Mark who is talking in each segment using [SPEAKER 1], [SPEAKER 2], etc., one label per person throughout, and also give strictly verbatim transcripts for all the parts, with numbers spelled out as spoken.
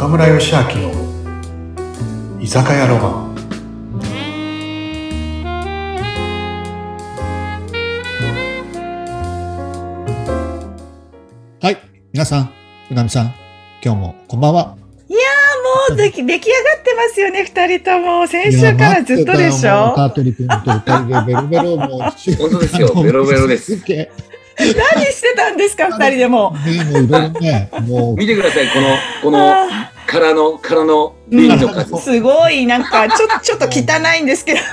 [SPEAKER 1] 中村義明の居酒屋ロマン。
[SPEAKER 2] はい、皆さん、うなみさん、今日もこんばんは。
[SPEAKER 3] いやーもうでき出来上がってますよね、二人とも。先週からずっとでしょ。
[SPEAKER 2] カートリ君と二人でベロベロもう
[SPEAKER 4] 本当ですよ、ベロベロです。
[SPEAKER 3] 何してたんですか、二人でも。
[SPEAKER 2] ね、もういろいろね、もう
[SPEAKER 4] 見てください、このこの空の空の瓶の数。
[SPEAKER 3] すごいなんかちょちょっと汚いんですけど。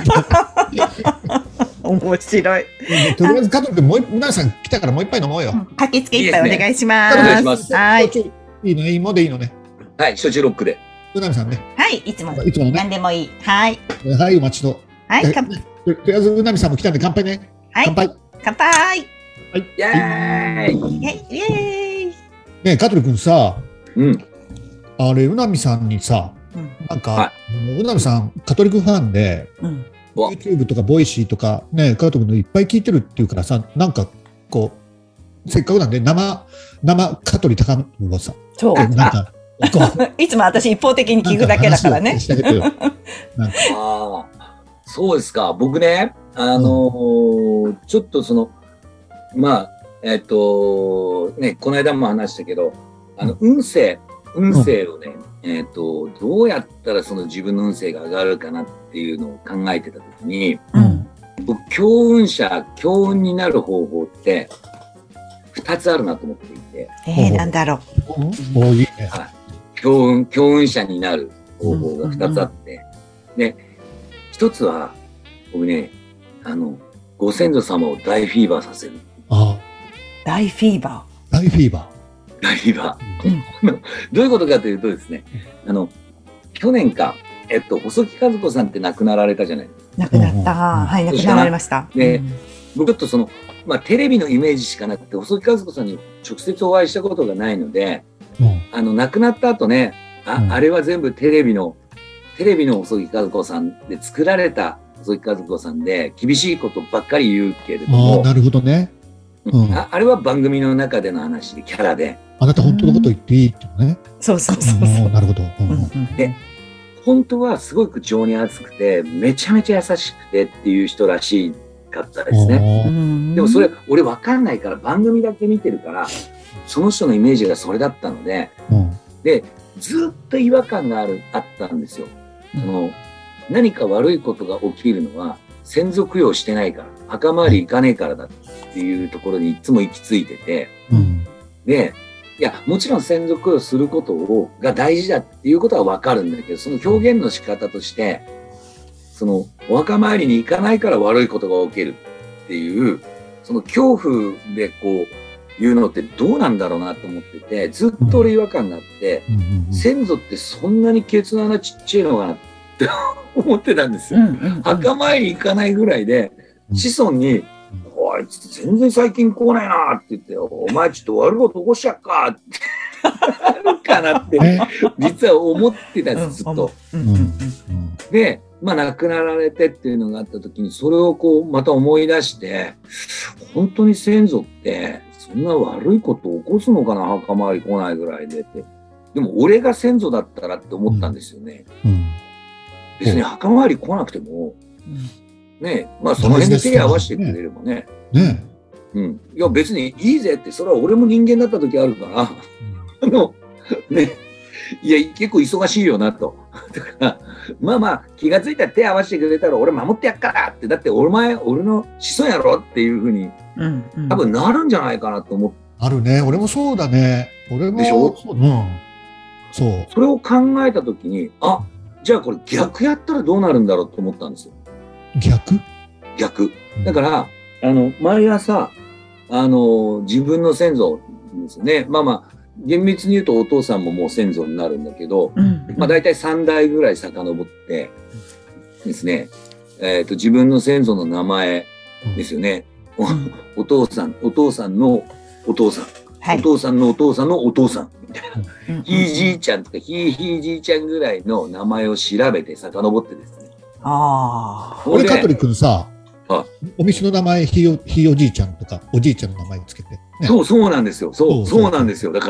[SPEAKER 3] 面白い。
[SPEAKER 2] とりあえずカートリ君もう皆さん来たからもう一杯飲もうよ。
[SPEAKER 3] かけつけ一杯お願いします。
[SPEAKER 4] お願いします。
[SPEAKER 3] はい。
[SPEAKER 2] いいのいいもでいいのね。
[SPEAKER 4] はい、焼酎ロックで。
[SPEAKER 2] うなみさんね。
[SPEAKER 3] はい、いつも
[SPEAKER 2] いつもね。
[SPEAKER 3] 何でもいい。はい。
[SPEAKER 2] はい、お待ちと。
[SPEAKER 3] はい、乾杯。
[SPEAKER 2] とりあえずうなみさんも来たんで乾杯ね。
[SPEAKER 3] はい。
[SPEAKER 2] 乾杯。
[SPEAKER 3] 乾杯。
[SPEAKER 2] はい。
[SPEAKER 4] イエーイ。
[SPEAKER 3] イエイエーイ。
[SPEAKER 2] ね、カートリ君さ、
[SPEAKER 4] うん。
[SPEAKER 2] あれうなみさんにさ、なんか、
[SPEAKER 4] は
[SPEAKER 2] うなみさんカトリックファンで、うん、YouTube とかボイシーとかね、カートリ君のいっぱい聞いてるっていうからさ、なんかこうせっかくなんで生生カトリ高野さん。
[SPEAKER 3] そう。
[SPEAKER 2] なんか
[SPEAKER 3] いつも私一方的に聞くだけだからね。
[SPEAKER 4] ああ、そうですか。僕ね、あのーうん、ちょっとそのまあえっとね、この間も話したけど、あの運勢運勢をね、うん、えっとどうやったらその自分の運勢が上がるかなっていうのを考えてた時に、うん、僕強運者強運になる方法ってふたつあるなと思っていて。
[SPEAKER 3] えー、なんだろう。
[SPEAKER 2] おいいね。
[SPEAKER 4] はい、強運強運者になる方法がふたつあって、うん、でひとつは僕ね、あのご先祖様を大フィーバーさせる。
[SPEAKER 2] ああ、
[SPEAKER 3] 大フィーバ
[SPEAKER 2] ー。大フィーバ
[SPEAKER 4] ー。大フィーバー。うん、どういうことかというとですね、あの去年か、えっと細木数子さんって亡くなられたじゃないですか。
[SPEAKER 3] 亡くなった。はい、亡くなられました。
[SPEAKER 4] で、うん、僕ちょっとそのまあテレビのイメージしかなくて細木数子さんに直接お会いしたことがないので、うん、あの亡くなった後ね、あ、うん、あれは全部テレビのテレビの細木数子さんで作られた細木数子さんで厳しいことばっかり言うけれども、
[SPEAKER 2] あ、なるほどね、
[SPEAKER 4] うん、あ, あれは番組の中での話でキャラで、
[SPEAKER 2] あなた本当のこと言っていいってね、
[SPEAKER 3] うん、そうそうそうそう、
[SPEAKER 2] なるほど、
[SPEAKER 3] うん、
[SPEAKER 4] で本当はすごく情に熱くてめちゃめちゃ優しくてっていう人らしかったですね。でもそれ俺分かんないから番組だけ見てるからその人のイメージがそれだったので、うん、でずっと違和感があるあったんですよ。その何か悪いことが起きるのは先祖供養してないから墓参り行かねえからだっていうところにいつも行き着いてて、うん、でいやもちろん先祖供養することをが大事だっていうことは分かるんだけど、その表現の仕方としてそのお墓参りに行かないから悪いことが起きるっていうその恐怖でこう言うのってどうなんだろうなと思ってて、ずっと俺違和感があって、うんうんうん、先祖ってそんなにケツの穴ちっちゃいのかなって思ってたんですよ、うんうんうん、墓参り行かないぐらいで子孫に、うん、おい全然最近来ないなって言ってお前ちょっと悪いこと起こしちゃっかってあるかなって実は思ってたんですずっと、うんうんうん、でまあ亡くなられてっていうのがあった時にそれをこうまた思い出して、本当に先祖ってそんな悪いことを起こすのかな墓参り来ないぐらいでって。でも俺が先祖だったらって思ったんですよね、うんうん、別に墓参り来なくても、うん、ねまあその辺で手合わせてくれればね、
[SPEAKER 2] ね、
[SPEAKER 4] うん、いや別にいいぜって、それは俺も人間だった時あるから、うん、あのねいや結構忙しいよなとだからまあまあ気がついたら手合わせてくれたら俺守ってやっからって、だってお前俺の子孫やろっていうふうに、うんうん、多分なるんじゃないかなと思って。
[SPEAKER 2] あるね、俺もそうだね、俺も
[SPEAKER 4] でしょ、
[SPEAKER 2] そう、うん、そう。
[SPEAKER 4] それを考えたときに、あ、じゃあこれ逆やったらどうなるんだろうと思ったんですよ。
[SPEAKER 2] 逆？
[SPEAKER 4] 逆。だから、あの、毎朝、あの、自分の先祖ですね。まあまあ、厳密に言うとお父さんももう先祖になるんだけど、うん、まあ大体さん代ぐらい遡ってですね、えっと、自分の先祖の名前ですよね。うん、お, お父さん、お父さんのお父さん。はい、お父さんのお父さんのお父さんみたいな、ひいじいちゃんとかひいひいじいちゃんぐらいの名前を調べて遡ってですね。
[SPEAKER 3] ああ。
[SPEAKER 2] 俺香取君さ、
[SPEAKER 4] あ
[SPEAKER 2] お店の名前ひいおじいちゃんとかおじいちゃんの名前つけて、ね、
[SPEAKER 4] そうそうなんですよ。そうそうなんですよ。だから、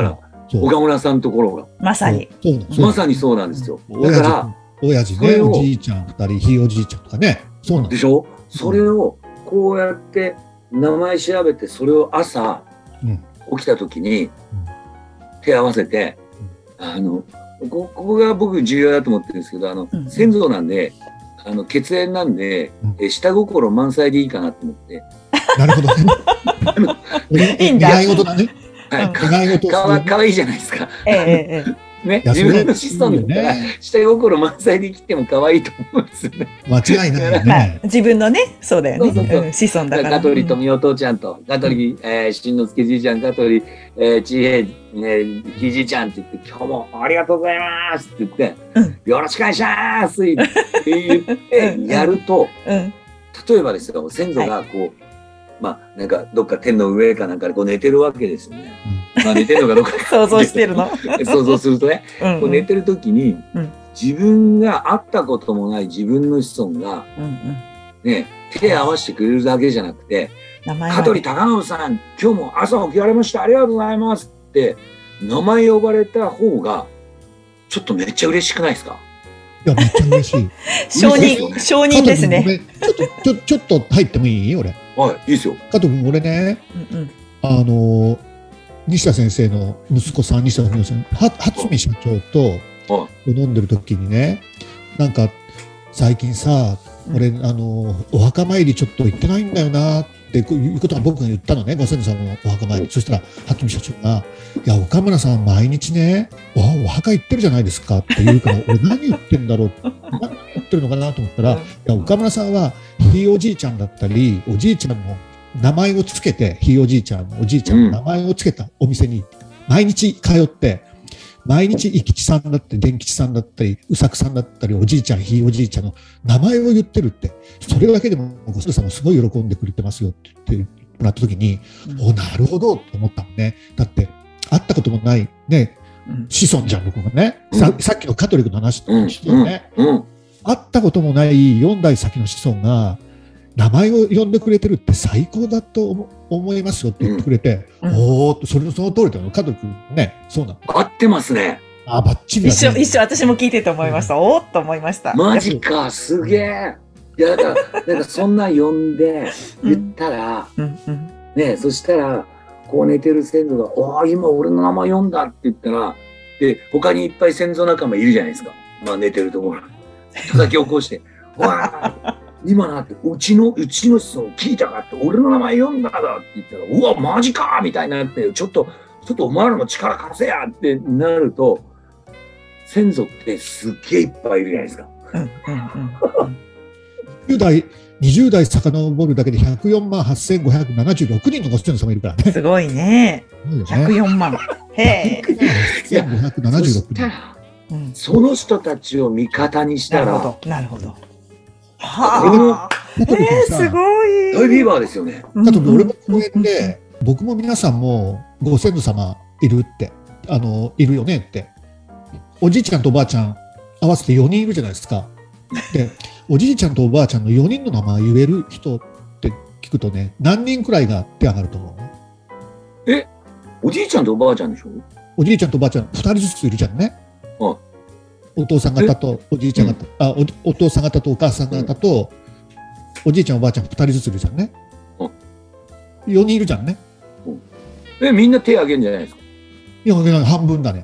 [SPEAKER 4] 岡村さんのところが。
[SPEAKER 3] まさに。
[SPEAKER 4] まさにそうなんですよ。だから、
[SPEAKER 2] 親父ね、おじいちゃんふたり、ひいおじいちゃんとかね。そうなん
[SPEAKER 4] でしょ。それをこうやって名前調べて、それを朝起きた時に手合わせて、あの、ここが僕重要だと思ってるんですけど、あの、先祖なんで、あの血縁なんで、え下心満載でいいかなと思って。
[SPEAKER 2] なるほどね。いいんだ。願い事だね。
[SPEAKER 4] はい、願い事。かわ、かわいいじゃないですか。
[SPEAKER 3] ええええ。
[SPEAKER 4] ね、自分の子孫だったら、下心満載で生きても可愛いと思うんですよね。
[SPEAKER 2] 間違いないね。
[SPEAKER 3] 自分のね、そうだよね。そうそうそう、子孫だから。
[SPEAKER 4] 香取富お父ちゃんと、香取、えー、新之助じいちゃん、香取、えー、ちえ、ね、ひいじいちゃんって言って、今日もありがとうございますって言って、うん、よろしくお願いしますって言ってやると、うん、例えばですよ、先祖がこう、はい、まあ、なんか、どっか天の上かなんかでこう寝てるわけですよね。うん、まあ、寝てるのかどっか。
[SPEAKER 3] 想像してるの
[SPEAKER 4] 想像するとね、うんうん、こう寝てる時に、うん、自分が会ったこともない自分の子孫が、うんうん、ね、手を合わせてくれるだけじゃなくて、香取隆信さん、今日も朝起きられました、ありがとうございますって、名前呼ばれた方が、ちょっとめっちゃ嬉しくないですか？
[SPEAKER 2] いや、めっちゃ嬉しい。
[SPEAKER 3] 承認、承認ですね。
[SPEAKER 2] ちょっと、ちょ、ちょっと入ってもいい？俺。
[SPEAKER 4] はい、いいですよ。
[SPEAKER 2] 加藤君、俺ね、うんうん、あの、西田先生の息子さん、西田文夫さん、は、初見社長と飲んでる時にね、なんか、最近さ、俺、あの、お墓参りちょっと行ってないんだよなっていうことが僕が言ったのね、ご先祖さんのお墓参り。そしたら、初見社長が、いや、岡村さん毎日ね、お、お墓行ってるじゃないですかって言うから、俺何言ってんだろう、何言ってるのかなと思ったら、いや、岡村さんは、ひいおじいちゃんだったり、おじいちゃんの名前をつけて、ひいおじいちゃん、おじいちゃんの名前をつけたお店に毎日通って、毎日生吉さんだったり、伝吉さんだったり、うさくさんだったり、おじいちゃん、ひいおじいちゃんの名前を言ってるって、それだけでもご先祖さんもすごい喜んでくれてますよって言ってもらった時に、うん、お、なるほどと思ったのね。だって、会ったこともないね、子孫じゃん、僕がね、うん、さ, さっきのカトリックの話としてね、うんうんうん、会ったこともないよん代先の子孫が名前を呼んでくれてるって最高だと思いますよって言ってくれて、うん、おー、それその通りだよ。カトリックね、そうなの。
[SPEAKER 4] 合ってますね。
[SPEAKER 2] あ、バッチリだね。
[SPEAKER 3] 一緒、一緒、私も聞いてて思いました。うん、おーっと思いました。
[SPEAKER 4] マジか、すげえ。いや、だから、なんかそんな呼んで言ったら、うんうん、ね、そしたら、こう寝てる先祖が、おー、今俺の名前読んだって言ったら、で、他にいっぱい先祖仲間いるじゃないですか。まあ寝てるところ。叩き起こして、わー、今なって、うちの、うちの子孫聞いたかって、俺の名前読んだだって言ったら、うわ、マジかみたいになって、ちょっと、ちょっとお前らも力貸せやってなると、先祖ってすっげえいっぱいいるじゃないですか。うんうん
[SPEAKER 2] うん、じゅう代、にじゅう代遡るだけでひゃくよんまんはっせんごひゃくななじゅうろくにんのご先祖様いるからね。
[SPEAKER 3] すごいね。ひゃくよんまん。へえ。
[SPEAKER 2] ひゃくよんまんはっせんごひゃくななじゅうろくにん。
[SPEAKER 4] うん、その人たちを味方にしたら。
[SPEAKER 3] なるほど。なるほど。はあ。えー、すごい。
[SPEAKER 4] 大ビーバーですよね。
[SPEAKER 2] あと俺も公園で、僕も皆さんもご先祖様いるって、あの、いるよねって。おじいちゃんとおばあちゃん合わせてよにんいるじゃないですか。で、おじいちゃんとおばあちゃんのよにんの名前言える人って聞くとね、何人くらいが手上がると思
[SPEAKER 4] う？え、おじいちゃんとおばあちゃんでしょ？
[SPEAKER 2] おじいちゃんとおばあちゃんふたりずついるじゃんね。はい。お父さん方とおじいちゃん方、うん、あ お, お父さん方とお母さん方と、うん、おじいちゃんおばあちゃんふたりずついるじゃんね。うん、よにんいるじゃんね。
[SPEAKER 4] うん、え、みんな手挙げるんじゃないですか？
[SPEAKER 2] いや、半分だね。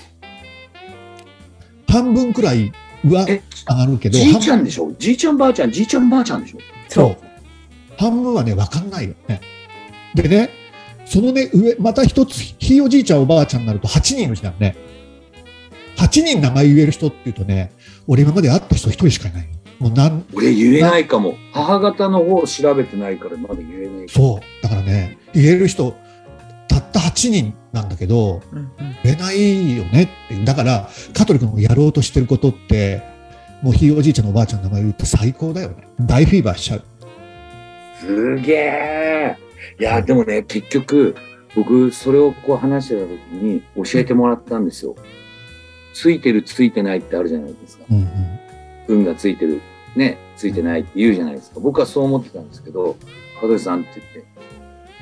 [SPEAKER 2] 半分くらい上上がるけど。
[SPEAKER 4] じいちゃんでしょ？じいちゃんばあちゃん、じいちゃんばあちゃんでしょ？
[SPEAKER 2] そう。半分はね、わかんないよね。でね、そのね、上、また一つ、ひいおじいちゃんおばあちゃんになるとはちにんいるじゃんね。はちにん名前言える人っていうとね、俺今まで会った人ひとりしかいない。もうなん
[SPEAKER 4] 俺言えないかも。母方の方を調べてないからまだ言えない。
[SPEAKER 2] そう。だからね、言える人、たったはちにんなんだけど、うんうん、言えないよねっていう。だから、香取君のやろうとしてることって、もうひいおじいちゃんのおばあちゃんの名前言って最高だよね。大フィーバーしちゃう。
[SPEAKER 4] すげえ。いや、でもね、結局、僕、それをこう話してた時に教えてもらったんですよ。ついてるついてないってあるじゃないですか。うんうん、運がついてる、ね、ついてないって言うじゃないですか。僕はそう思ってたんですけど、香取さんって言って、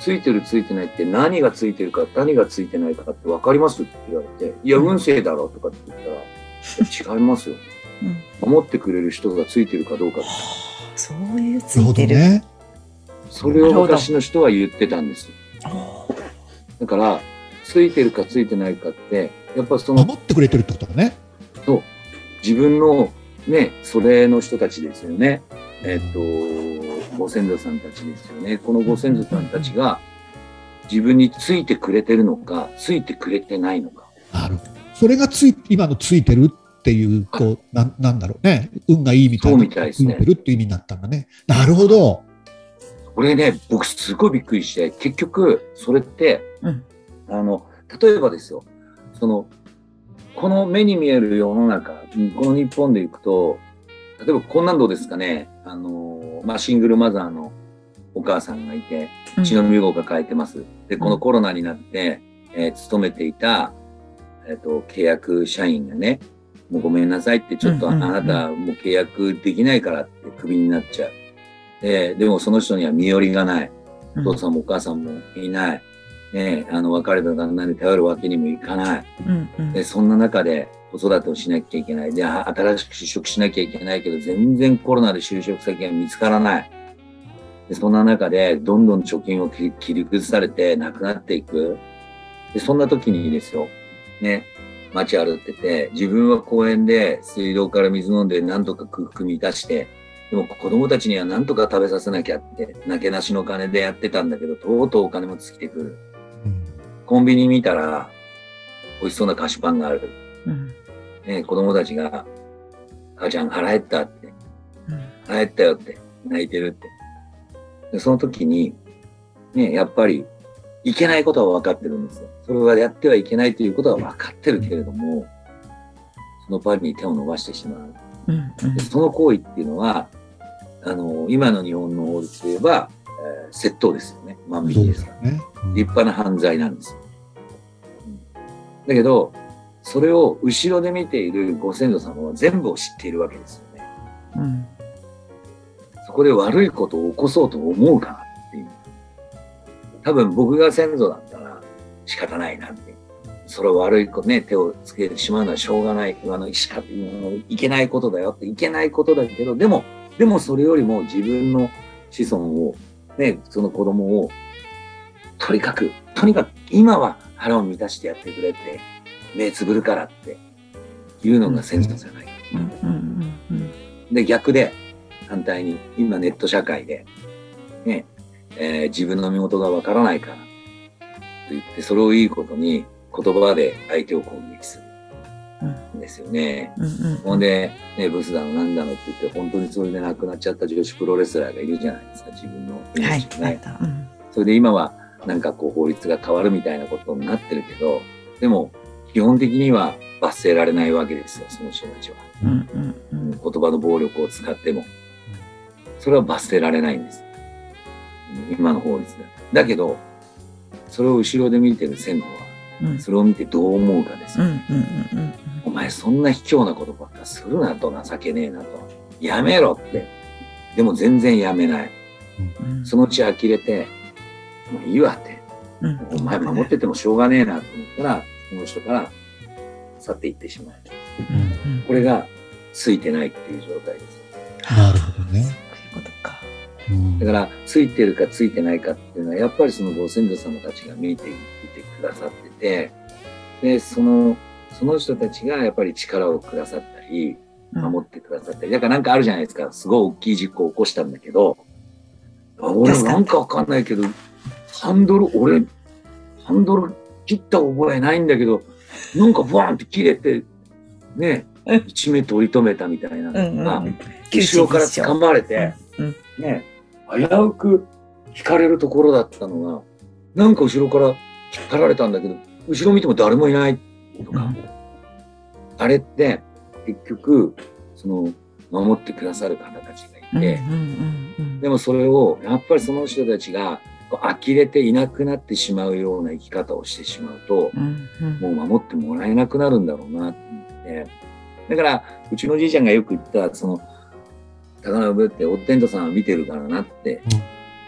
[SPEAKER 4] ついてるついてないって何がついてるか何がついてないかって分かりますって言われて、いや運勢だろとかって言ったら、違いますよ、うん、守ってくれる人がついてるかどうか、
[SPEAKER 3] そういうついてる、
[SPEAKER 2] ね、
[SPEAKER 4] それを昔の人は言ってたんですよ。だからついてるかついてないかってやっぱその
[SPEAKER 2] 守ってくれてるってことだね。
[SPEAKER 4] そう、自分のね、それの人たちですよね。えっとご先祖さんたちですよね。このご先祖さんたちが自分についてくれてるのかついてくれてないのか。
[SPEAKER 2] なるほど。それがつい今のついてるっていうこうななんだろうね、運がいいみたいな、
[SPEAKER 4] そうみたいですね。
[SPEAKER 2] ついてるっていう意味になったんだね。なるほど。
[SPEAKER 4] これね、僕すごいびっくりして、結局それって、うん、あの例えばですよ、そのこの目に見える世の中、この日本でいくと、例えばこんなんどうですかね、あの、まあ、シングルマザーのお母さんがいて、血のみごを抱えてます。で、このコロナになって、えー、勤めていた、えっと、契約社員がね、もうごめんなさいって、ちょっとあなたもう契約できないからってクビになっちゃう。で、でもその人には身寄りがない。お父さんもお母さんもいない。ね、あの別れた旦那に頼るわけにもいかない、うんうん、でそんな中で子育てをしなきゃいけない。で新しく就職しなきゃいけないけど全然コロナで就職先が見つからない。でそんな中でどんどん貯金を切り崩されてなくなっていく。でそんな時にですよ、ね、街歩ってて自分は公園で水道から水飲んで何とか空腹満たして、でも子供たちには何とか食べさせなきゃってなけなしの金でやってたんだけど、とうとうお金も尽きてくる。コンビニ見たら美味しそうな菓子パンがある、うんね、子供たちが母ちゃん腹減ったって、うん、腹減ったよって泣いてるって。でその時にね、やっぱりいけないことは分かってるんですよ。それはやってはいけないということは分かってるけれども、そのパンに手を伸ばしてしまう、うんうん、でその行為っていうのはあの今の日本の法律で言えばえー、窃盗ですよね。万引きですからね、うん。立派な犯罪なんですよ、うん。だけど、それを後ろで見ているご先祖様は全部を知っているわけですよね。うん、そこで悪いことを起こそうと思うかなっていう。多分僕が先祖だったら仕方ないなって。それを悪いことね、手をつけてしまうのはしょうがない。あの、しか、いけないことだよって、いけないことだけど、でも、でもそれよりも自分の子孫をね、その子供をとにかくとにかく今は腹を満たしてやってくれって目つぶるからっていうのが先祖じゃないか、うんうんうん、で逆で反対に今ネット社会で、ねえー、自分の身元がわからないからと言ってそれをいいことに言葉で相手を攻撃するんですよね、うんうんうん、ほんで、ね、ブスだのなんだのって言って本当にそれで亡くなっちゃった女子プロレスラーがいるじゃないですか、自分の命をね、はいうん、それで今はなんかこう法律が変わるみたいなことになってるけど、でも基本的には罰せられないわけですよ、その人たちは、うんうんうん、言葉の暴力を使ってもそれは罰せられないんです、今の法律だ。だけどそれを後ろで見てる先祖はそれを見てどう思うかですよ、うんうんうんうん、お前そんな卑怯なことばっかするなと、情けねえなと、やめろって。でも全然やめない、うん、そのうち呆れてもういいわって、うん、お前守っててもしょうがねえなと思ったらその人から去っていってしまう、うんうん、これがついてないっていう状態です。
[SPEAKER 2] なるほどね。
[SPEAKER 3] そういうことか。
[SPEAKER 4] だからついてるかついてないかっていうのはやっぱりそのご先祖様たちが見ていてくださってて、でそのその人たちがやっぱり力をくださったり守ってくださったり、だからなんかあるじゃないですか、すごい大きい事故を起こしたんだけど、俺なんかわかんないけどハンドル俺ハンドル切った覚えないんだけどなんかバーンって切れてね一目取り留めたみたいなのが後ろから掴まれてね危うく引かれるところだったのがなんか後ろから引っ張られたんだけど後ろ見ても誰もいないとか、うん、あれって結局その守ってくださる方たちがいて、うんうんうんうん、でもそれをやっぱりその人たちが呆れていなくなってしまうような生き方をしてしまうと、うんうん、もう守ってもらえなくなるんだろうなって思って、だからうちのじいちゃんがよく言ったその高信ってお天道さんは見てるからなって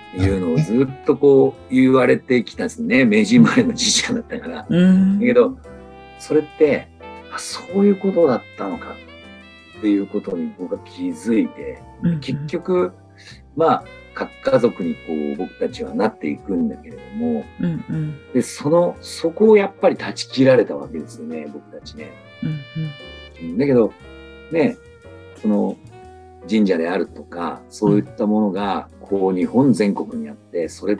[SPEAKER 4] いうのをずっとこう言われてきたんですね。明治生まれのじいちゃんだったから。
[SPEAKER 3] うん、
[SPEAKER 4] だけど、それって、あ、そういうことだったのかっていうことに僕は気づいて、うん、結局、まあ、核家族にこう僕たちはなっていくんだけれども、うんうん、で、その、そこをやっぱり断ち切られたわけですよね、僕たちね。うんうん、だけど、ね、その、神社であるとか、そういったものが、こう、日本全国にあって、それって、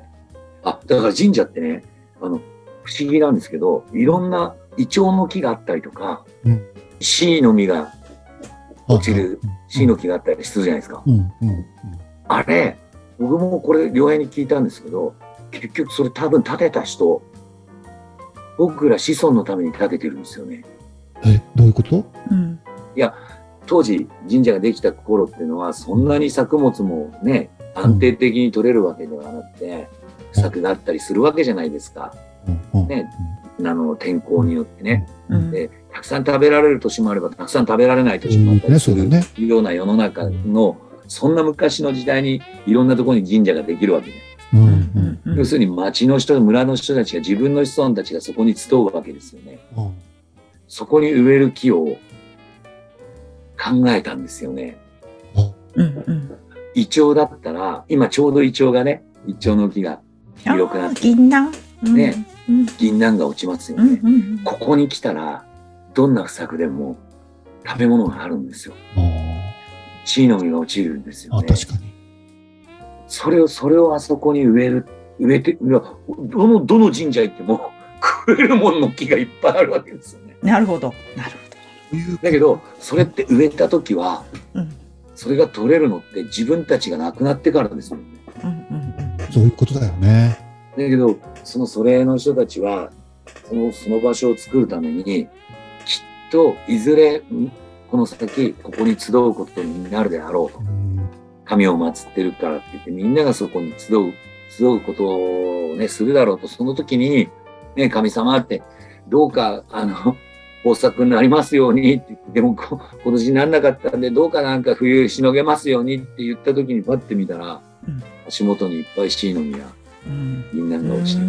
[SPEAKER 4] あ、だから神社ってね、あの、不思議なんですけど、いろんなイチョウの木があったりとか、うん、シイの実が落ちるシイの木があったりするじゃないですか。うんうんうん、あれ、僕もこれ、両親に聞いたんですけど、結局それ多分建てた人、僕ら子孫のために建ててるんですよね。
[SPEAKER 2] え、どういうこと？
[SPEAKER 3] うん、
[SPEAKER 4] いや、当時神社ができた頃っていうのはそんなに作物もね安定的に取れるわけではなくて、不作があったりするわけじゃないですか、ね、あの天候によってね、でたくさん食べられる年もあればたくさん食べられない年もあったりするような世の中の、そんな昔の時代にいろんなところに神社ができるわけです、うんうんうん、要するに町の人、村の人たちが、自分の子孫たちがそこに集うわけですよね、うん、そこに植える木を考えたんですよね。うんうん、イチョウだったら、今ちょうどイチョウがね、イチョウの木が広くなって、
[SPEAKER 3] 銀杏、
[SPEAKER 4] ね、うん、銀杏が落ちますよね、うんうんうん。ここに来たら、どんな不作でも食べ物があるんですよ。シイの実が落ちるんですよね。
[SPEAKER 2] あ、確かに。
[SPEAKER 4] それを、それをあそこに植える、植えて、どの、どの神社行っても食えるものの木がいっぱいあるわけですよね。
[SPEAKER 3] なるほど。なるほど。
[SPEAKER 4] だけど、それって植えたときは、うん、それが取れるのって自分たちが亡くなってからですよね。
[SPEAKER 2] うんうんうん、そういうことだよね。
[SPEAKER 4] だけど、そのそれの人たちは、その、その場所を作るために、きっといずれ、この先、ここに集うことになるであろうと。うん、神を祀ってるからって言って、みんながそこに集う、集うことをね、するだろうと。その時に、ね、神様って、どうか、あの、豊作になりますようにって言って、でも今年にならなかったんで、どうかなんか冬しのげますようにって言った時にパッて見たら、うん、足元にいっぱいシイの実や銀杏が落ちてる、うん、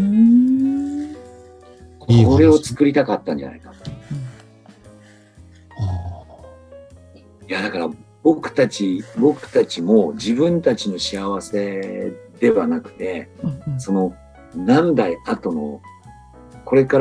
[SPEAKER 4] これを作りたかったんじゃないかと、うん、いやだから僕たち僕たちも自分たちの幸せではなくて、うんうん、その何代後のこれから、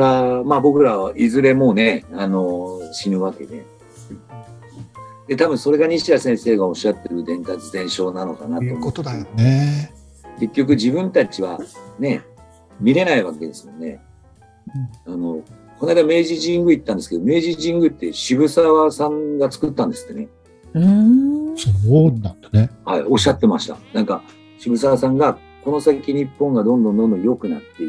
[SPEAKER 4] まあ僕らはいずれもうね、あの、死ぬわけで。で、多分それが西田先生がおっしゃってる伝達伝承なのかなと思う。
[SPEAKER 2] いうことだよね。
[SPEAKER 4] 結局自分たちはね、見れないわけですよね。うん、あの、この間明治神宮行ったんですけど、明治神宮って渋沢さんが作ったんですってね。
[SPEAKER 2] うーん。そうなんだね。
[SPEAKER 4] はい、おっしゃってました。なんか、渋沢さんが、この先日本がどんどんどんどん良くなっていって、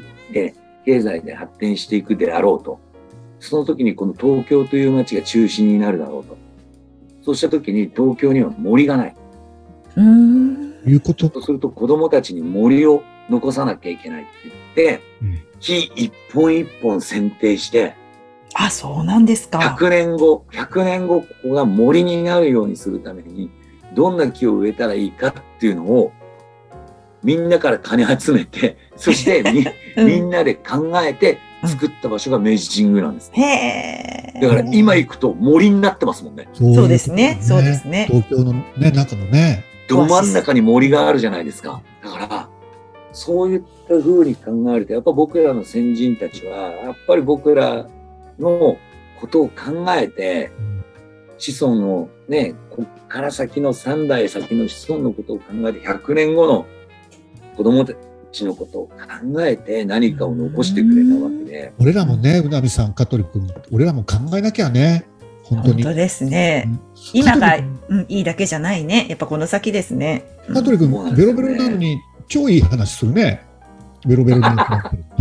[SPEAKER 4] 経済で発展していくであろうと。その時にこの東京という街が中心になるだろうと。そうした時に東京には森がない。
[SPEAKER 2] うーん。いうこと。
[SPEAKER 4] そうすると子供たちに森を残さなきゃいけないって言って、うん、木一本一本剪定して、
[SPEAKER 3] あ、そうなんですか。
[SPEAKER 4] ひゃくねんご、ひゃくねんごここが森になるようにするために、どんな木を植えたらいいかっていうのを、みんなから金集めて、そしてみ、うん、みんなで考えて作った場所が明治神宮なんです。
[SPEAKER 3] うん、へ
[SPEAKER 4] ー。だから今行くと森になってますもんね。
[SPEAKER 3] そうですね。そうですね。
[SPEAKER 2] 東京のね、中のね。
[SPEAKER 4] ど真ん中に森があるじゃないですか。だから、そういった風に考えると、やっぱ僕らの先人たちは、やっぱり僕らのことを考えて、子孫のね、こっから先のさん代先の子孫のことを考えて、ひゃくねんごの子供たちのことを考えて何かを残してくれたわけで。
[SPEAKER 2] 俺らもね、うなみさん、香取君、俺らも考えなきゃね。本当に。
[SPEAKER 3] 本当ですね。うん、今が、うん、いいだけじゃないね。やっぱこの先ですね。
[SPEAKER 2] 香取君、うん、ベロベロなのに超いい話するね。ベロベロになってる。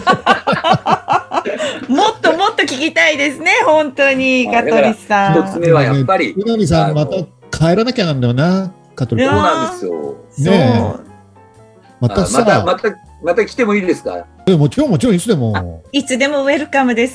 [SPEAKER 3] もっともっと聞きたいですね、本当に、香取さん。
[SPEAKER 4] 一つ目はやっぱり。
[SPEAKER 2] うなみさん、また帰らなきゃなんだよな、香取君。
[SPEAKER 4] そうなんですよ。
[SPEAKER 2] ねえ。またさ、
[SPEAKER 4] また、また、 また来てもいいですか？
[SPEAKER 2] もちろんもちろんいつでも。
[SPEAKER 3] いつでもウェルカムです。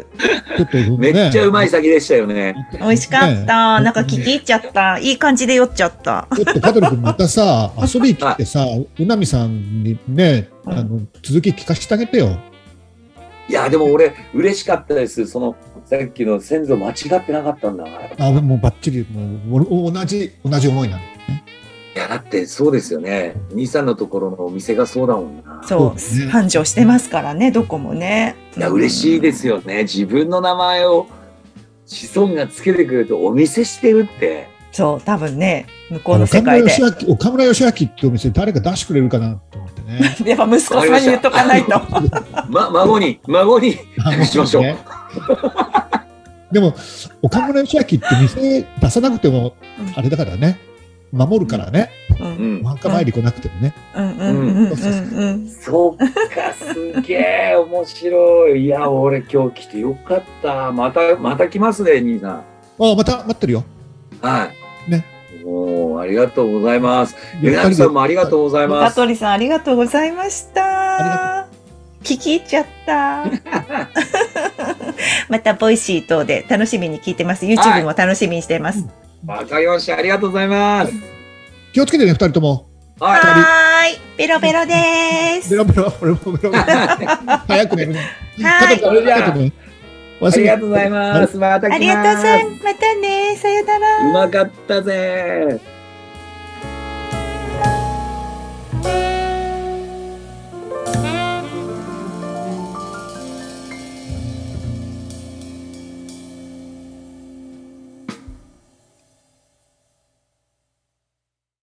[SPEAKER 2] ちょっと、ね、
[SPEAKER 4] めっちゃうまい酒でしたよね。
[SPEAKER 3] 美味しかった。ね、なんか聞き入っちゃった。いい感じで酔っちゃった。
[SPEAKER 2] ちょっと香取君またさ、遊びに来てさ、うなみさんにね、あの、続き聞かせてあげてよ。
[SPEAKER 4] いや、でも俺、嬉しかったです。その、さっきの先祖間違ってなかったんだから。
[SPEAKER 2] あ、もうバッチリ、もう同じ、同じ思いなのね。
[SPEAKER 4] いや、だってそうですよね。兄さんのところのお店がそうだもんな。
[SPEAKER 3] そう、繁盛してますからね、どこもね。
[SPEAKER 4] いや、嬉しいですよね。自分の名前を子孫がつけてくれてお見せしてるって。
[SPEAKER 3] そう、多分ね、向こうの世界で。
[SPEAKER 2] 岡村義明ってお店誰か出してくれるかなと思ってね。
[SPEAKER 3] やっぱ息子さんに言っとかないと。
[SPEAKER 4] ま、孫に、孫にしましょう。
[SPEAKER 2] でも、岡村義明って店出さなくても、あれだからね。守るからね。お墓参り来なくてもね。
[SPEAKER 4] そっか、すげえ面白い。いや、俺今日来てよかった。また、また来ますね、兄さん。
[SPEAKER 2] あ、また待ってるよ。
[SPEAKER 4] はい。
[SPEAKER 2] ね。
[SPEAKER 4] もう、ありがとうございます。ゆなきさんもありがとうございます。
[SPEAKER 3] 香取さん、ありがとうございました。聞き入っちゃった。また、ボイシー等で楽しみに聞いてます。YouTube も楽しみにしてます。
[SPEAKER 4] わかりました。ありがとうございます。
[SPEAKER 2] 気をつけてね、二人とも。
[SPEAKER 3] はい。ベロベロです。
[SPEAKER 2] ベロベロ、ベロベロ。早く寝るね。
[SPEAKER 3] はい。
[SPEAKER 4] それじゃあ、ありがとうございます。また来ます。
[SPEAKER 3] ありがとうございます。またね。さよなら。
[SPEAKER 4] うまかったぜ。